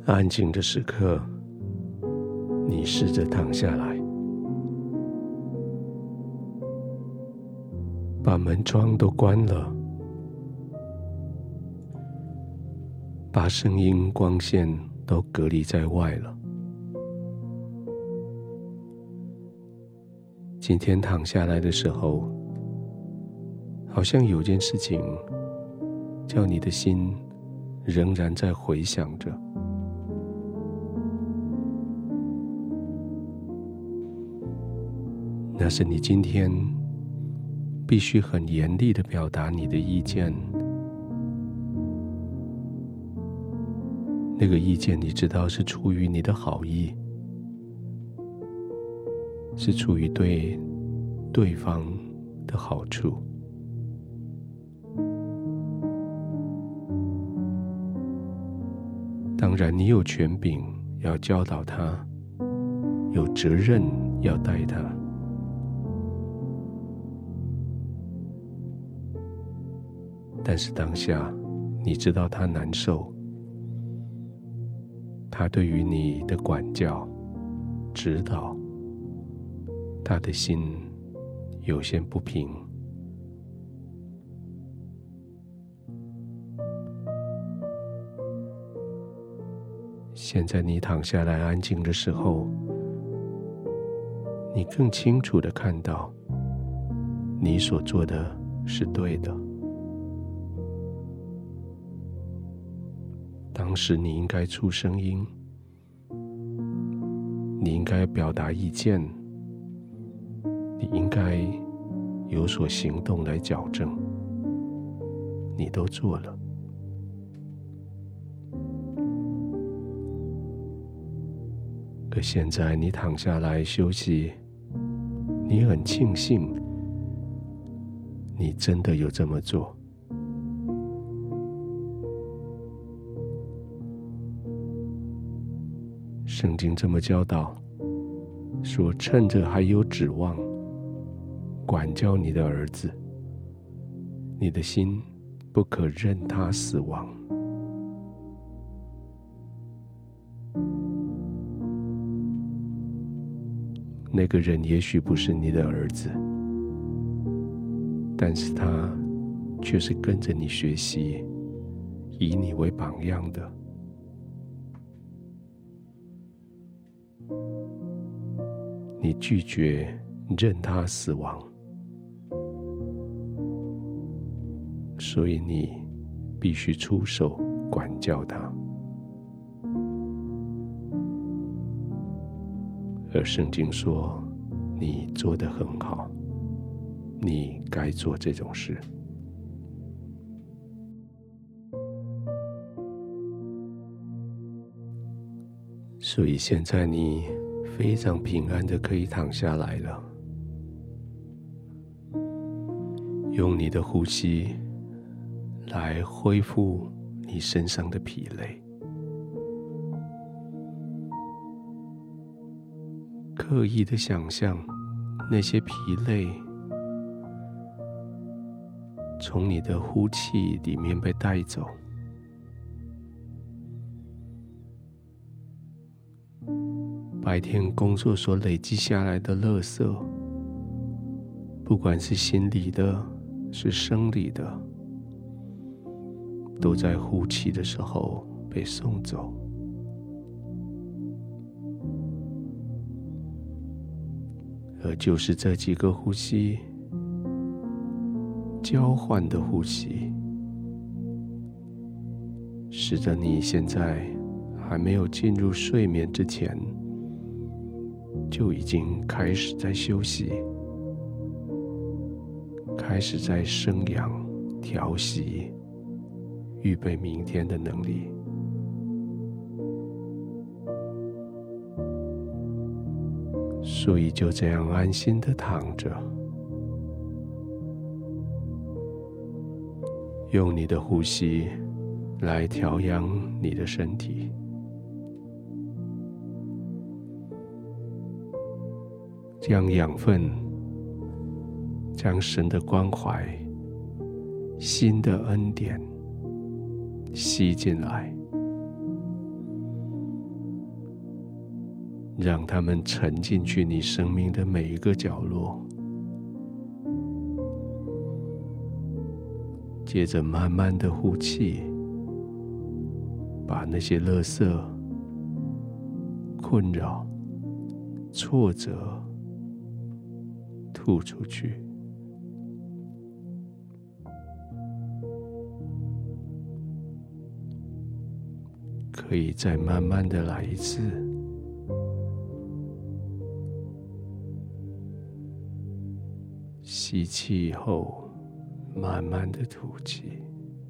安静的时刻，你试着躺下来，把门窗都关了，把声音、光线都隔离在外了。今天躺下来的时候，好像有件事情叫你的心仍然在回想着。那是你今天必须很严厉地表达你的意见。那个意见你知道是出于你的好意，是出于对对方的好处。当然你有权柄要教导他，有责任要带他。但是当下你知道他难受，他对于你的管教、指导，他的心有些不平。现在你躺下来安静的时候，你更清楚地看到你所做的是对的。当时你应该出声音，你应该表达意见，你应该有所行动来矫正，你都做了。可现在你躺下来休息，你很庆幸你真的有这么做。圣经这么教导，说趁着还有指望，管教你的儿子，你的心不可任他死亡。那个人也许不是你的儿子，但是他却是跟着你学习，以你为榜样的。你拒绝任他死亡，所以你必须出手管教他。而圣经说，你做得很好，你该做这种事。所以现在你非常平安的可以躺下来了，用你的呼吸来恢复你身上的疲累，刻意的想象那些疲累从你的呼气里面被带走。白天工作所累积下来的垃圾，不管是心理的，是生理的，都在呼气的时候被送走。而就是这几个呼吸，交换的呼吸，使得你现在还没有进入睡眠之前，就已经开始在休息，开始在生养、调息，预备明天的能力。所以就这样安心地躺着，用你的呼吸来调养你的身体。将养分，将神的关怀、新的恩典吸进来， 让它们沉进去你生命的每一个角落。接着慢慢的呼气，把那些垃圾、困扰、挫折吐出去。可以再慢慢的来一次。吸气以后，慢慢的吐气。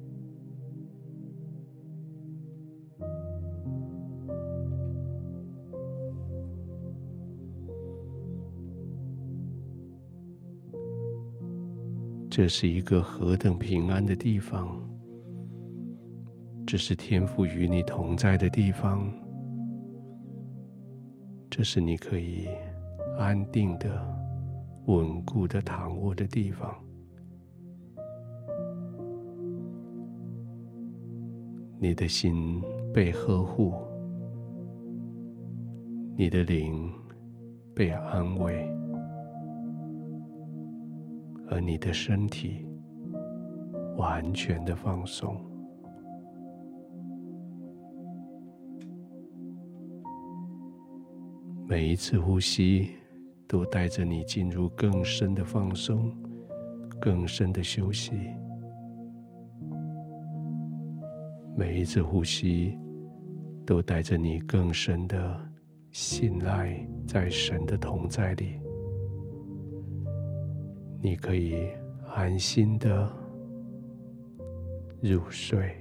这是一个何等平安的地方，这是天父与你同在的地方，这是你可以安定的、稳固的躺卧的地方。你的心被呵护，你的灵被安慰，而你的身体完全的放松。每一次呼吸都带着你进入更深的放松，更深的休息。每一次呼吸都带着你更深的信赖在神的同在里。你可以安心的入睡。